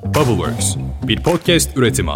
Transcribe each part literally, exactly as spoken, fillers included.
Bubbleworks, bir podcast üretimi.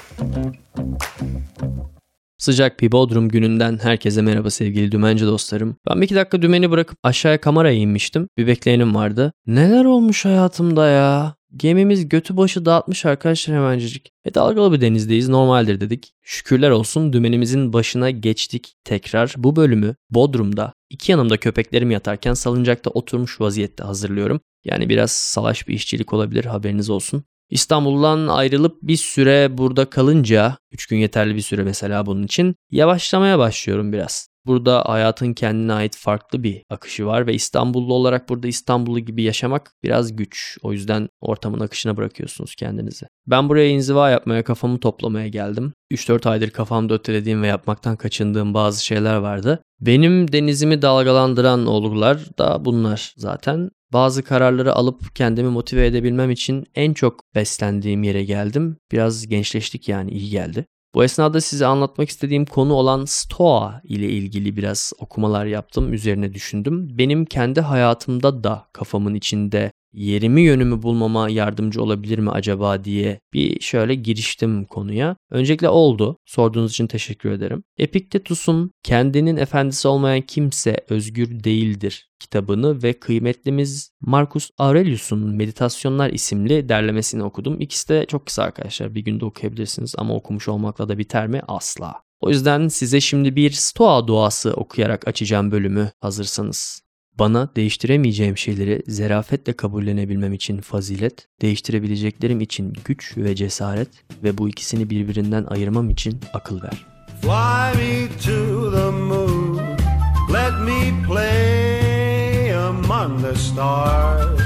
Sıcak bir Bodrum gününden herkese merhaba sevgili dümenci dostlarım. Ben bir iki dakika dümeni bırakıp aşağıya kameraya inmiştim. Bir bekleyenim vardı. Neler olmuş hayatımda ya? Gemimiz götü başı dağıtmış arkadaşlar hemencecik. E dalgalı bir denizdeyiz, normaldir dedik. Şükürler olsun dümenimizin başına geçtik tekrar. Bu bölümü Bodrum'da iki yanımda köpeklerim yatarken salıncakta oturmuş vaziyette hazırlıyorum. Yani biraz salaş bir işçilik olabilir, haberiniz olsun. İstanbul'dan ayrılıp bir süre burada kalınca, üç gün yeterli bir süre mesela bunun için, yavaşlamaya başlıyorum biraz. Burada hayatın kendine ait farklı bir akışı var ve İstanbullu olarak burada İstanbullu gibi yaşamak biraz güç. O yüzden ortamın akışına bırakıyorsunuz kendinizi. Ben buraya inziva yapmaya, kafamı toplamaya geldim. üç dört aydır kafamda ötelediğim ve yapmaktan kaçındığım bazı şeyler vardı. Benim denizimi dalgalandıran olgular da bunlar zaten. Bazı kararları alıp kendimi motive edebilmem için en çok beslendiğim yere geldim. Biraz gençleştik, yani iyi geldi. Bu esnada size anlatmak istediğim konu olan Stoa ile ilgili biraz okumalar yaptım, üzerine düşündüm. Benim kendi hayatımda da kafamın içinde yerimi yönümü bulmama yardımcı olabilir mi acaba diye bir şöyle giriştim konuya. Öncelikle oldu. Sorduğunuz için teşekkür ederim. Epiktetus'un Kendinin Efendisi Olmayan Kimse Özgür Değildir kitabını ve kıymetlimiz Marcus Aurelius'un Meditasyonlar isimli derlemesini okudum. İkisi de çok kısa arkadaşlar. Bir günde okuyabilirsiniz ama okumuş olmakla da biter mi? Asla. O yüzden size şimdi bir Stoa duası okuyarak açacağım bölümü, hazırsanız. Bana değiştiremeyeceğim şeyleri zerafetle kabullenebilmem için fazilet, değiştirebileceklerim için güç ve cesaret ve bu ikisini birbirinden ayırmam için akıl ver. Fly me to the moon, let me play among the stars.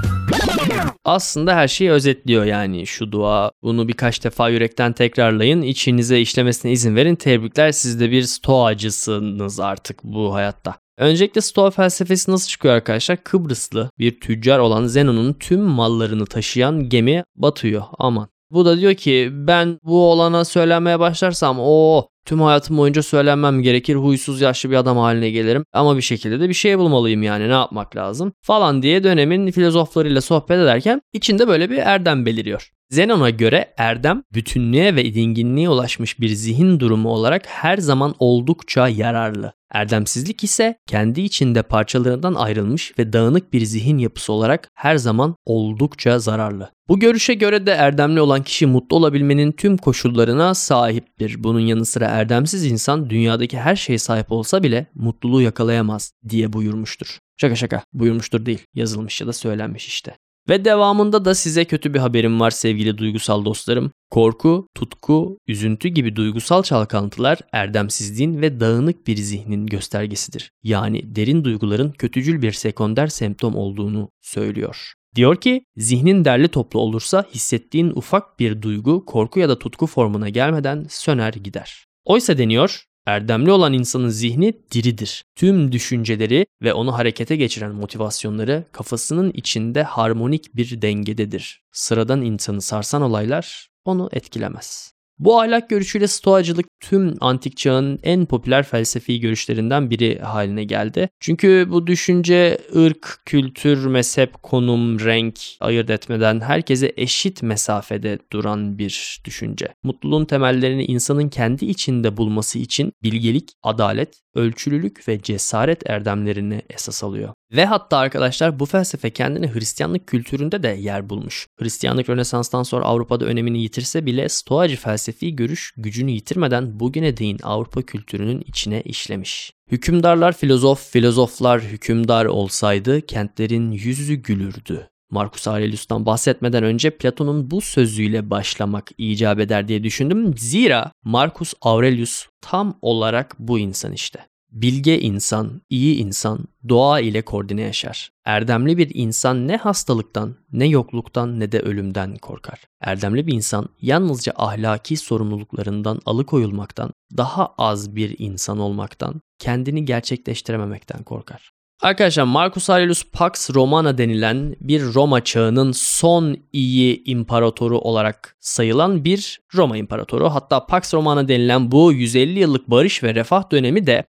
Aslında her şeyi özetliyor yani şu dua. Bunu birkaç defa yürekten tekrarlayın. İçinize işlemesine izin verin. Tebrikler, siz de bir stoacısınız artık bu hayatta. Öncelikle Stoa felsefesi nasıl çıkıyor arkadaşlar? Kıbrıslı bir tüccar olan Zenon'un tüm mallarını taşıyan gemi batıyor. Aman. Bu da diyor ki ben bu olana söylenmeye başlarsam o tüm hayatım boyunca söylenmem gerekir. Huysuz yaşlı bir adam haline gelirim. Ama bir şekilde de bir şey bulmalıyım, yani ne yapmak lazım falan diye dönemin filozoflarıyla sohbet ederken içinde böyle bir erdem beliriyor. Zenon'a göre erdem bütünlüğe ve dinginliğe ulaşmış bir zihin durumu olarak her zaman oldukça yararlı. Erdemsizlik ise kendi içinde parçalarından ayrılmış ve dağınık bir zihin yapısı olarak her zaman oldukça zararlı. Bu görüşe göre de erdemli olan kişi mutlu olabilmenin tüm koşullarına sahiptir. Bunun yanı sıra erdemsiz insan dünyadaki her şeye sahip olsa bile mutluluğu yakalayamaz diye buyurmuştur. Şaka şaka, buyurmuştur değil, yazılmış ya da söylenmiş işte. Ve devamında da size kötü bir haberim var sevgili duygusal dostlarım. Korku, tutku, üzüntü gibi duygusal çalkantılar erdemsizliğin ve dağınık bir zihnin göstergesidir. Yani derin duyguların kötücül bir sekonder semptom olduğunu söylüyor. Diyor ki, zihnin derli toplu olursa hissettiğin ufak bir duygu korku ya da tutku formuna gelmeden söner gider. Oysa deniyor, erdemli olan insanın zihni diridir. Tüm düşünceleri ve onu harekete geçiren motivasyonları kafasının içinde harmonik bir dengededir. Sıradan insanı sarsan olaylar onu etkilemez. Bu ahlak görüşüyle stoacılık tüm antik çağın en popüler felsefi görüşlerinden biri haline geldi. Çünkü bu düşünce ırk, kültür, mezhep, konum, renk ayırt etmeden herkese eşit mesafede duran bir düşünce. Mutluluğun temellerini insanın kendi içinde bulması için bilgelik, adalet, ölçülülük ve cesaret erdemlerini esas alıyor. Ve hatta arkadaşlar bu felsefe kendini Hristiyanlık kültüründe de yer bulmuş. Hristiyanlık Rönesans'tan sonra Avrupa'da önemini yitirse bile stoacı felsefi görüş gücünü yitirmeden bugüne değin Avrupa kültürünün içine işlemiş. Hükümdarlar filozof, filozoflar hükümdar olsaydı kentlerin yüzü gülürdü. Marcus Aurelius'tan bahsetmeden önce Platon'un bu sözüyle başlamak icap eder diye düşündüm. Zira Marcus Aurelius tam olarak bu insan işte. Bilge insan, iyi insan, doğa ile koordine yaşar. Erdemli bir insan ne hastalıktan, ne yokluktan ne de ölümden korkar. Erdemli bir insan yalnızca ahlaki sorumluluklarından alıkoyulmaktan, daha az bir insan olmaktan, kendini gerçekleştirememekten korkar. Arkadaşlar Marcus Aurelius Pax Romana denilen bir Roma çağının son iyi imparatoru olarak sayılan bir Roma imparatoru. Hatta Pax Romana denilen bu yüz elli yıllık barış ve refah dönemi de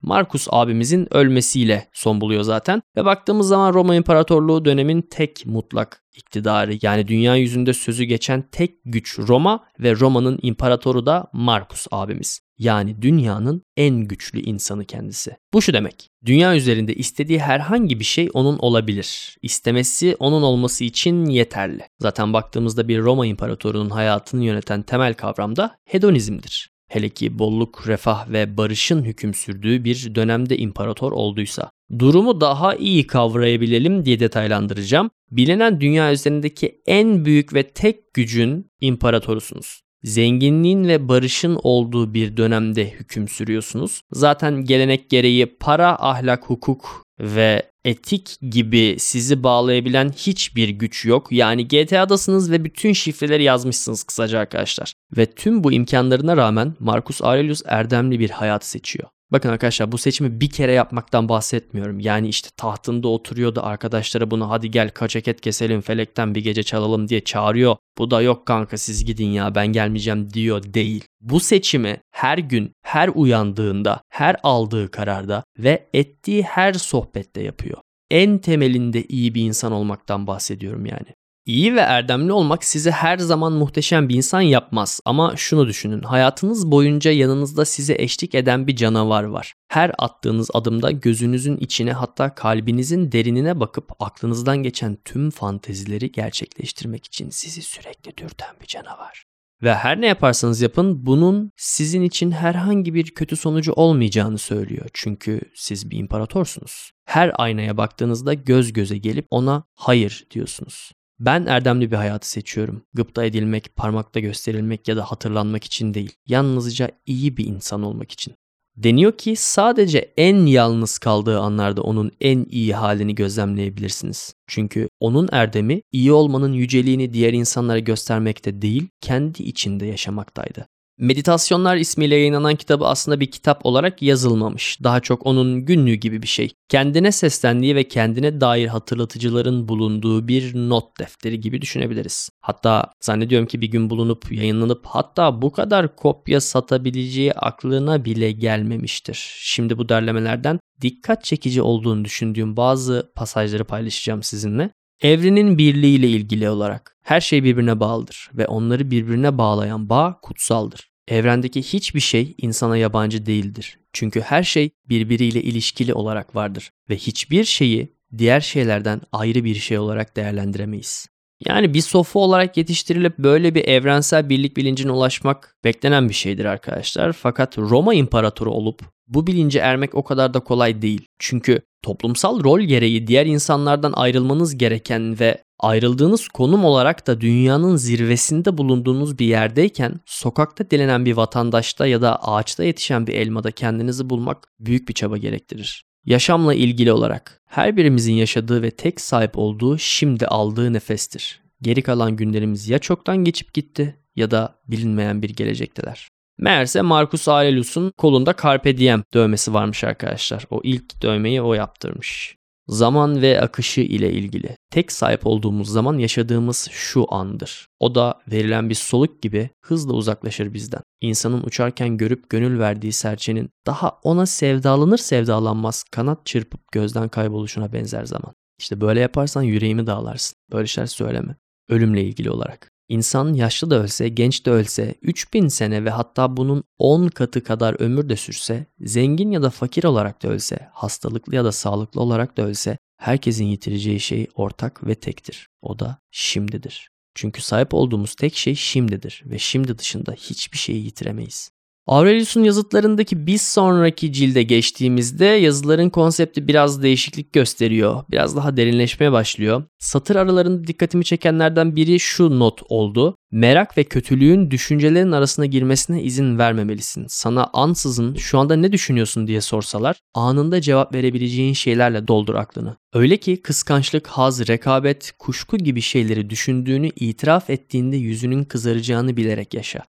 Marcus abimizin ölmesiyle son buluyor zaten. Ve baktığımız zaman Roma İmparatorluğu dönemin tek mutlak iktidarı, yani dünya yüzünde sözü geçen tek güç Roma ve Roma'nın imparatoru da Marcus abimiz. Yani dünyanın en güçlü insanı kendisi. Bu şu demek: dünya üzerinde istediği herhangi bir şey onun olabilir. İstemesi onun olması için yeterli. Zaten baktığımızda bir Roma imparatorunun hayatını yöneten temel kavram da hedonizmdir. Hele ki bolluk, refah ve barışın hüküm sürdüğü bir dönemde imparator olduysa. Durumu daha iyi kavrayabilelim diye detaylandıracağım. Bilinen dünya üzerindeki en büyük ve tek gücün imparatorusunuz. Zenginliğin ve barışın olduğu bir dönemde hüküm sürüyorsunuz. Zaten gelenek gereği para, ahlak, hukuk ve etik gibi sizi bağlayabilen hiçbir güç yok. Yani G T A'dasınız ve bütün şifreleri yazmışsınız kısaca arkadaşlar. Ve tüm bu imkanlarına rağmen Marcus Aurelius erdemli bir hayatı seçiyor. Bakın arkadaşlar, bu seçimi bir kere yapmaktan bahsetmiyorum. Yani işte tahtında oturuyor da arkadaşlara bunu hadi gel kaçaket keselim, felekten bir gece çalalım diye çağırıyor. Bu da yok kanka siz gidin ya ben gelmeyeceğim diyor değil. Bu seçimi her gün, her uyandığında, her aldığı kararda ve ettiği her sohbette yapıyor. En temelinde iyi bir insan olmaktan bahsediyorum yani. İyi ve erdemli olmak sizi her zaman muhteşem bir insan yapmaz. Ama şunu düşünün, hayatınız boyunca yanınızda size eşlik eden bir canavar var. Her attığınız adımda gözünüzün içine, hatta kalbinizin derinine bakıp aklınızdan geçen tüm fantezileri gerçekleştirmek için sizi sürekli dürten bir canavar. Ve her ne yaparsanız yapın bunun sizin için herhangi bir kötü sonucu olmayacağını söylüyor. Çünkü siz bir imparatorsunuz. Her aynaya baktığınızda göz göze gelip ona hayır diyorsunuz. Ben erdemli bir hayatı seçiyorum. Gıpta edilmek, parmakla gösterilmek ya da hatırlanmak için değil. Yalnızca iyi bir insan olmak için. Deniyor ki sadece en yalnız kaldığı anlarda onun en iyi halini gözlemleyebilirsiniz. Çünkü onun erdemi iyi olmanın yüceliğini diğer insanlara göstermekte değil, kendi içinde yaşamaktaydı. Meditasyonlar ismiyle yayınlanan kitabı aslında bir kitap olarak yazılmamış. Daha çok onun günlüğü gibi bir şey. Kendine seslendiği ve kendine dair hatırlatıcıların bulunduğu bir not defteri gibi düşünebiliriz. Hatta zannediyorum ki bir gün bulunup yayınlanıp hatta bu kadar kopya satabileceği aklına bile gelmemiştir. Şimdi bu derlemelerden dikkat çekici olduğunu düşündüğüm bazı pasajları paylaşacağım sizinle. Evrenin birliğiyle ilgili olarak her şey birbirine bağlıdır ve onları birbirine bağlayan bağ kutsaldır. Evrendeki hiçbir şey insana yabancı değildir. Çünkü her şey birbiriyle ilişkili olarak vardır ve hiçbir şeyi diğer şeylerden ayrı bir şey olarak değerlendiremeyiz. Yani bir sofu olarak yetiştirilip böyle bir evrensel birlik bilincine ulaşmak beklenen bir şeydir arkadaşlar. Fakat Roma İmparatoru olup bu bilince ermek o kadar da kolay değil. Çünkü toplumsal rol gereği diğer insanlardan ayrılmanız gereken ve ayrıldığınız konum olarak da dünyanın zirvesinde bulunduğunuz bir yerdeyken sokakta dilenen bir vatandaşta ya da ağaçta yetişen bir elmada kendinizi bulmak büyük bir çaba gerektirir. Yaşamla ilgili olarak her birimizin yaşadığı ve tek sahip olduğu şimdi aldığı nefestir. Geri kalan günlerimiz ya çoktan geçip gitti ya da bilinmeyen bir gelecekteler. Meğerse Marcus Aurelius'un kolunda Carpe Diem dövmesi varmış arkadaşlar. O ilk dövmeyi o yaptırmış. Zaman ve akışı ile ilgili. Tek sahip olduğumuz zaman yaşadığımız şu andır. O da verilen bir soluk gibi hızla uzaklaşır bizden. İnsanın uçarken görüp gönül verdiği serçenin daha ona sevdalanır sevdalanmaz kanat çırpıp gözden kayboluşuna benzer zaman. İşte böyle yaparsan yüreğimi dağlarsın. Böyle şeyler söyleme. Ölümle ilgili olarak. İnsan yaşlı da ölse, genç de ölse, üç bin sene ve hatta bunun on katı kadar ömür de sürse, zengin ya da fakir olarak da ölse, hastalıklı ya da sağlıklı olarak da ölse, herkesin yitireceği şey ortak ve tektir. O da şimdidir. Çünkü sahip olduğumuz tek şey şimdidir ve şimdi dışında hiçbir şeyi yitiremeyiz. Aurelius'un yazıtlarındaki bir sonraki cilde geçtiğimizde yazıların konsepti biraz değişiklik gösteriyor. Biraz daha derinleşmeye başlıyor. Satır aralarında dikkatimi çekenlerden biri şu not oldu. Merak ve kötülüğün düşüncelerin arasına girmesine izin vermemelisin. Sana ansızın şu anda ne düşünüyorsun diye sorsalar anında cevap verebileceğin şeylerle doldur aklını. Öyle ki kıskançlık, haz, rekabet, kuşku gibi şeyleri düşündüğünü itiraf ettiğinde yüzünün kızaracağını bilerek yaşa.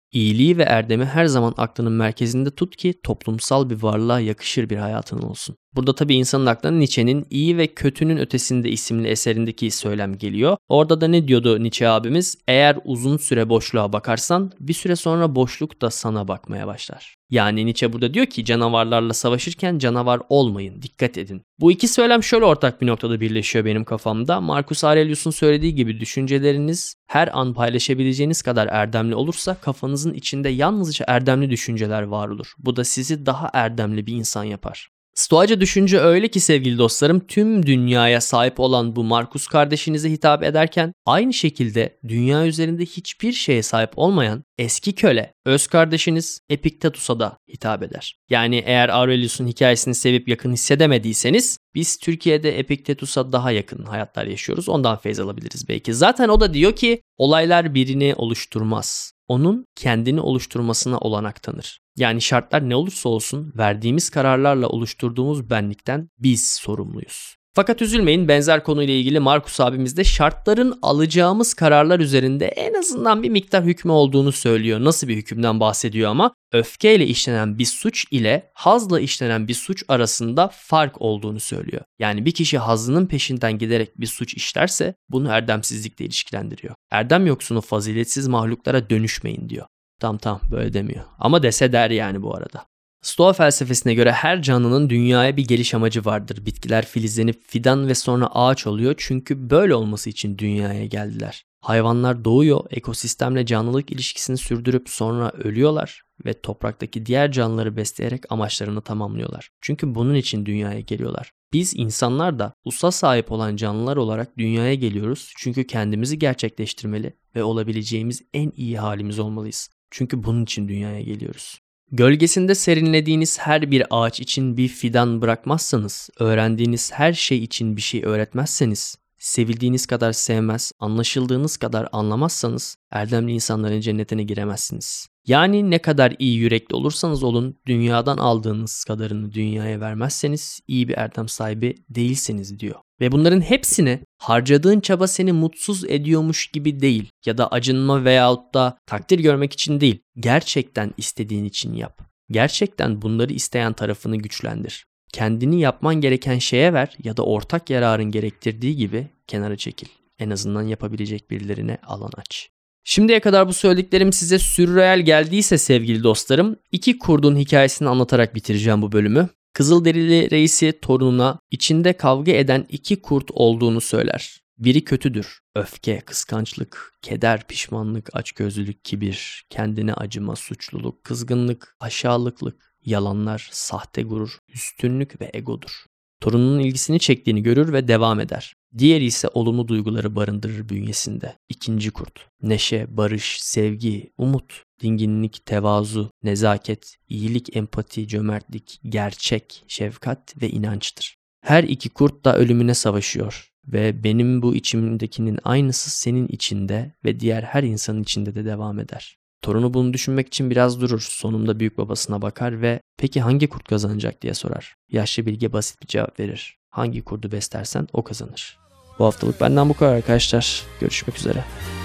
İyiliği ve erdemi her zaman aklının merkezinde tut ki toplumsal bir varlığa yakışır bir hayatın olsun. Burada tabii insanın aklına Nietzsche'nin İyi ve Kötünün Ötesinde isimli eserindeki söylem geliyor. Orada da ne diyordu Nietzsche abimiz? Eğer uzun süre boşluğa bakarsan bir süre sonra boşluk da sana bakmaya başlar. Yani Nietzsche burada diyor ki canavarlarla savaşırken canavar olmayın, dikkat edin. Bu iki söylem şöyle ortak bir noktada birleşiyor benim kafamda. Marcus Aurelius'un söylediği gibi düşünceleriniz her an paylaşabileceğiniz kadar erdemli olursa kafanızın içinde yalnızca erdemli düşünceler var olur. Bu da sizi daha erdemli bir insan yapar. Stoacı düşünce öyle ki sevgili dostlarım, tüm dünyaya sahip olan bu Markus kardeşinize hitap ederken aynı şekilde dünya üzerinde hiçbir şeye sahip olmayan eski köle öz kardeşiniz Epiktetus'a da hitap eder. Yani eğer Aurelius'un hikayesini sevip yakın hissedemediyseniz biz Türkiye'de Epiktetus'a daha yakın hayatlar yaşıyoruz. Ondan feyz alabiliriz belki. Zaten o da diyor ki olaylar birini oluşturmaz. Onun kendini oluşturmasına olanak tanır. Yani şartlar ne olursa olsun verdiğimiz kararlarla oluşturduğumuz benlikten biz sorumluyuz. Fakat üzülmeyin, benzer konuyla ilgili Marcus abimiz de şartların alacağımız kararlar üzerinde en azından bir miktar hükmü olduğunu söylüyor. Nasıl bir hükümden bahsediyor ama? Öfkeyle işlenen bir suç ile hazla işlenen bir suç arasında fark olduğunu söylüyor. Yani bir kişi hazının peşinden giderek bir suç işlerse bunu erdemsizlikle ilişkilendiriyor. Erdem yoksunu faziletsiz mahluklara dönüşmeyin diyor. Tam tam böyle demiyor. Ama dese der yani bu arada. Stoa felsefesine göre her canlının dünyaya bir geliş amacı vardır. Bitkiler filizlenip fidan ve sonra ağaç oluyor çünkü böyle olması için dünyaya geldiler. Hayvanlar doğuyor, ekosistemle canlılık ilişkisini sürdürüp sonra ölüyorlar ve topraktaki diğer canlıları besleyerek amaçlarını tamamlıyorlar. Çünkü bunun için dünyaya geliyorlar. Biz insanlar da usa sahip olan canlılar olarak dünyaya geliyoruz çünkü kendimizi gerçekleştirmeli ve olabileceğimiz en iyi halimiz olmalıyız. Çünkü bunun için dünyaya geliyoruz. Gölgesinde serinlediğiniz her bir ağaç için bir fidan bırakmazsanız, öğrendiğiniz her şey için bir şey öğretmezseniz, sevildiğiniz kadar sevmez, anlaşıldığınız kadar anlamazsanız erdemli insanların cennetine giremezsiniz. Yani ne kadar iyi yürekli olursanız olun, dünyadan aldığınız kadarını dünyaya vermezseniz iyi bir erdem sahibi değilsiniz diyor. Ve bunların hepsini harcadığın çaba seni mutsuz ediyormuş gibi değil ya da acınma veyahut da takdir görmek için değil, gerçekten istediğin için yap. Gerçekten bunları isteyen tarafını güçlendir. Kendini yapman gereken şeye ver ya da ortak yararın gerektirdiği gibi kenara çekil. En azından yapabilecek birilerine alan aç. Şimdiye kadar bu söylediklerim size sürreel geldiyse sevgili dostlarım, iki kurdun hikayesini anlatarak bitireceğim bu bölümü. Kızılderili reisi torununa içinde kavga eden iki kurt olduğunu söyler. Biri kötüdür. Öfke, kıskançlık, keder, pişmanlık, açgözlülük, kibir, kendine acıma, suçluluk, kızgınlık, aşağılıklık, yalanlar, sahte gurur, üstünlük ve egodur. Torununun ilgisini çektiğini görür ve devam eder. Diğeri ise olumlu duyguları barındırır bünyesinde. İkinci kurt. Neşe, barış, sevgi, umut, dinginlik, tevazu, nezaket, iyilik, empati, cömertlik, gerçek, şefkat ve inançtır. Her iki kurt da ölümüne savaşıyor ve benim bu içimdekinin aynısı senin içinde ve diğer her insanın içinde de devam eder. Torunu bunu düşünmek için biraz durur. Sonunda büyük babasına bakar ve peki hangi kurt kazanacak diye sorar. Yaşlı bilge basit bir cevap verir. Hangi kurdu beslersen o kazanır. Bu haftalık benden bu kadar arkadaşlar. Görüşmek üzere.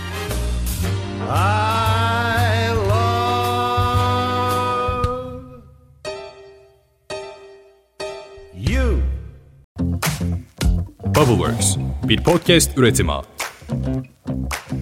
I love you. Bubbleworks bir podcast üretimi.